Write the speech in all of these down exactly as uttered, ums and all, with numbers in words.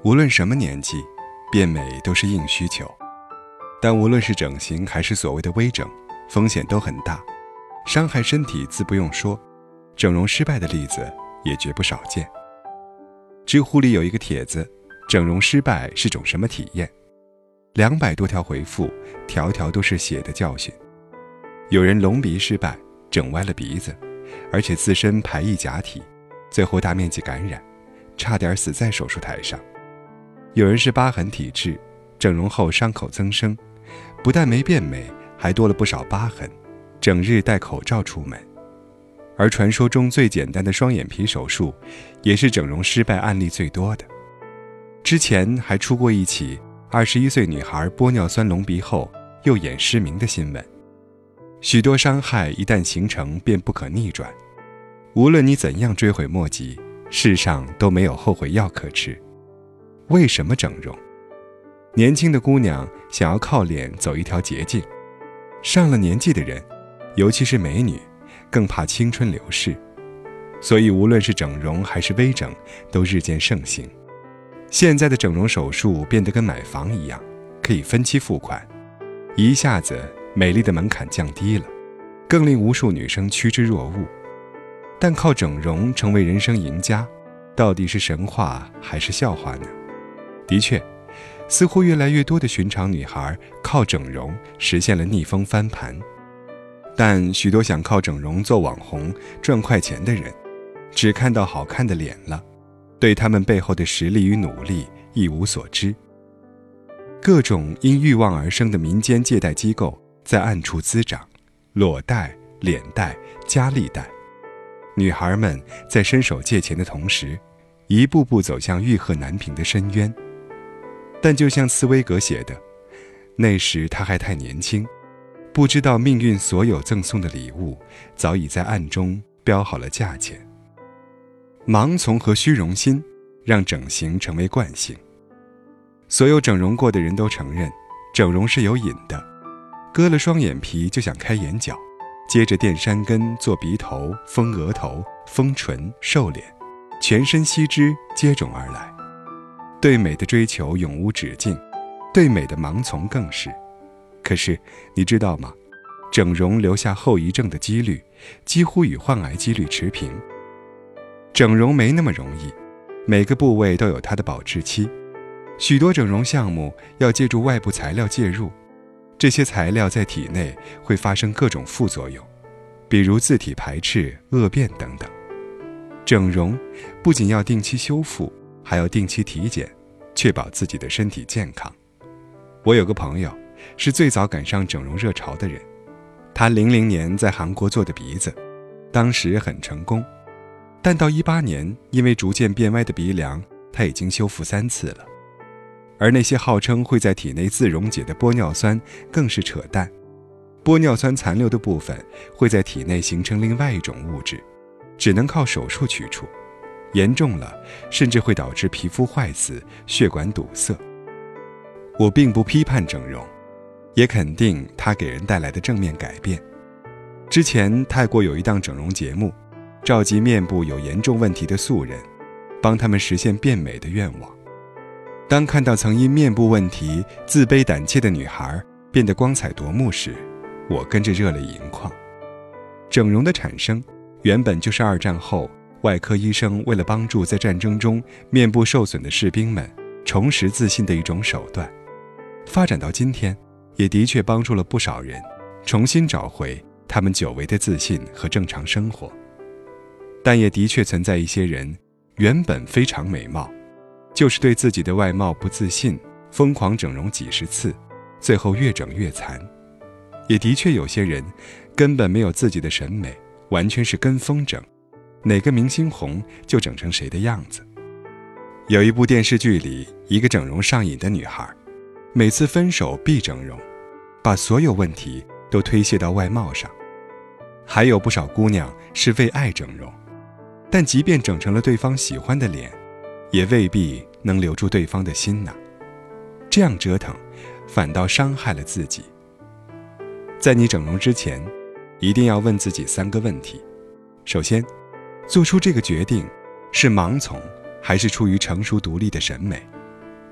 无论什么年纪，变美都是硬需求。但无论是整形还是所谓的微整，风险都很大，伤害身体自不用说，整容失败的例子也绝不少见。知乎里有一个帖子，整容失败是种什么体验？两百多条回复，条条都是血的教训。有人隆鼻失败，整歪了鼻子，而且自身排异假体，最后大面积感染，差点死在手术台上。有人是疤痕体质，整容后伤口增生，不但没变美，还多了不少疤痕，整日戴口罩出门。而传说中最简单的双眼皮手术，也是整容失败案例最多的。之前还出过一起二十一岁女孩玻尿酸隆鼻后右眼失明的新闻。许多伤害一旦形成便不可逆转，无论你怎样追悔莫及，世上都没有后悔药可吃。为什么整容？年轻的姑娘想要靠脸走一条捷径，上了年纪的人，尤其是美女，更怕青春流逝，所以无论是整容还是微整，都日渐盛行。现在的整容手术变得跟买房一样，可以分期付款，一下子美丽的门槛降低了，更令无数女生趋之若鹜。但靠整容成为人生赢家，到底是神话还是笑话呢？的确，似乎越来越多的寻常女孩靠整容实现了逆风翻盘。但许多想靠整容做网红赚快钱的人，只看到好看的脸了，对他们背后的实力与努力一无所知。各种因欲望而生的民间借贷机构在暗处滋长，裸贷、脸贷、佳丽贷，女孩们在伸手借钱的同时，一步步走向欲壑难平的深渊。但就像茨威格写的，那时他还太年轻，不知道命运所有赠送的礼物早已在暗中标好了价钱。盲从和虚荣心让整形成为惯性。所有整容过的人都承认，整容是有瘾的，割了双眼皮就想开眼角，接着垫山根、做鼻头、丰额头、丰唇、瘦脸，全身吸脂接踵而来。对美的追求永无止境，对美的盲从更是。可是你知道吗？整容留下后遗症的几率几乎与患癌几率持平。整容没那么容易，每个部位都有它的保质期。许多整容项目要借助外部材料介入，这些材料在体内会发生各种副作用，比如自体排斥、恶变等等。整容不仅要定期修复，还要定期体检，确保自己的身体健康。我有个朋友是最早赶上整容热潮的人，他零零年在韩国做的鼻子，当时很成功，但到一八年，因为逐渐变歪的鼻梁，他已经修复三次了。而那些号称会在体内自溶解的玻尿酸更是扯淡，玻尿酸残留的部分会在体内形成另外一种物质，只能靠手术取出，严重了甚至会导致皮肤坏死、血管堵塞。我并不批判整容，也肯定它给人带来的正面改变。之前泰国有一档整容节目，召集面部有严重问题的素人，帮他们实现变美的愿望。当看到曾因面部问题自卑胆怯的女孩变得光彩夺目时，我跟着热泪盈眶。整容的产生原本就是二战后外科医生为了帮助在战争中面部受损的士兵们重拾自信的一种手段，发展到今天，也的确帮助了不少人重新找回他们久违的自信和正常生活。但也的确存在一些人原本非常美貌，就是对自己的外貌不自信，疯狂整容几十次，最后越整越残。也的确有些人根本没有自己的审美，完全是跟风整，哪个明星红就整成谁的样子。有一部电视剧里，一个整容上瘾的女孩，每次分手必整容，把所有问题都推卸到外貌上。还有不少姑娘是为爱整容，但即便整成了对方喜欢的脸，也未必能留住对方的心呢。这样折腾，反倒伤害了自己。在你整容之前，一定要问自己三个问题。首先，做出这个决定是盲从，还是出于成熟独立的审美？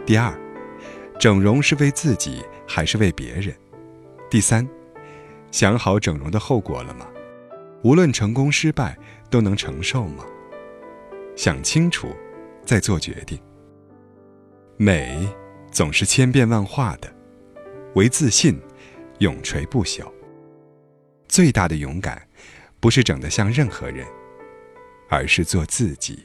第二，整容是为自己还是为别人？第三，想好整容的后果了吗？无论成功失败，都能承受吗？想清楚，再做决定。美总是千变万化的，唯自信永垂不朽。最大的勇敢，不是整得像任何人，而是做自己。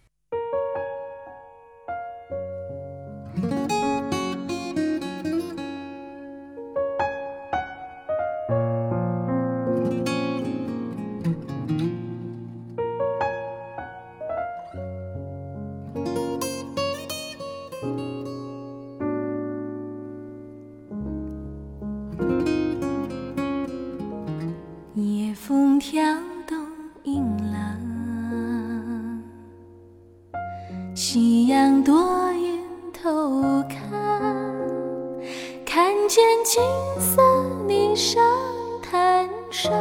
夜风挑动银浪，夕阳躲云偷看，看见金色的沙滩上，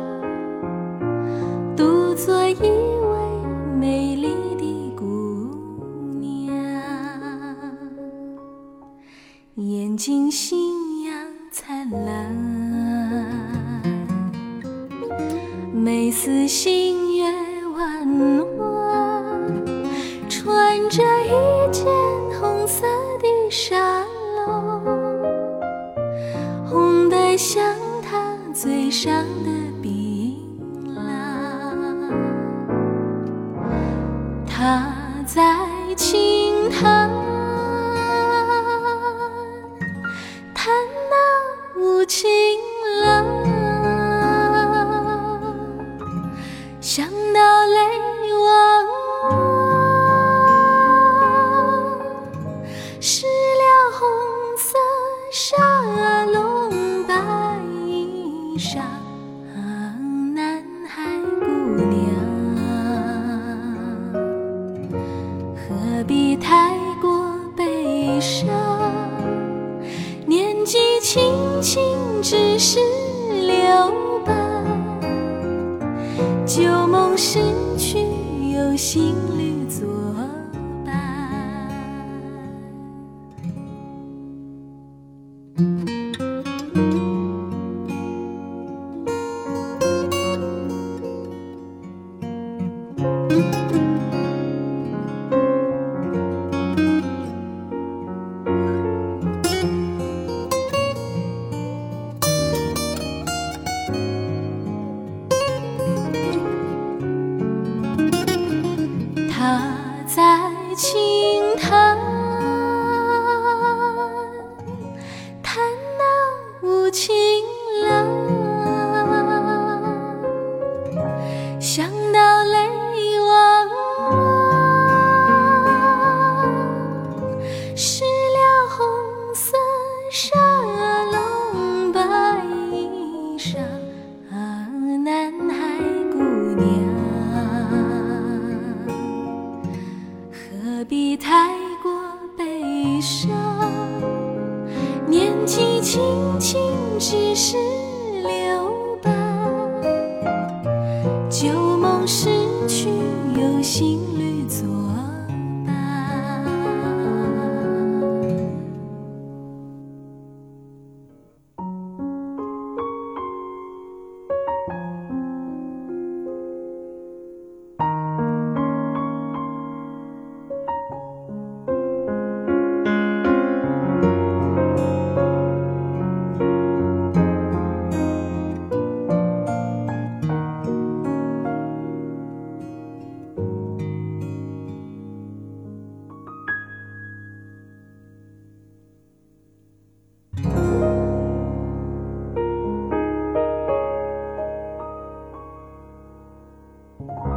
独坐一位美丽的姑娘，眼睛星样灿烂，眉似新月弯弯，穿着一件红色的纱笼，红得像她嘴上的槟榔。她在轻弹，弹那无情郎，想到泪汪汪，湿了红色纱笼白衣裳，南海姑娘，何必太过悲伤？年纪轻轻只是留白，旧梦逝去，有新侣作伴。她在轻弹，弹那无情郎，想到泪汪汪，湿了红色纱笼白衣裳，南海姑娘，何必太过悲伤？年纪轻轻只是留白，旧梦逝去，有新侣作伴。you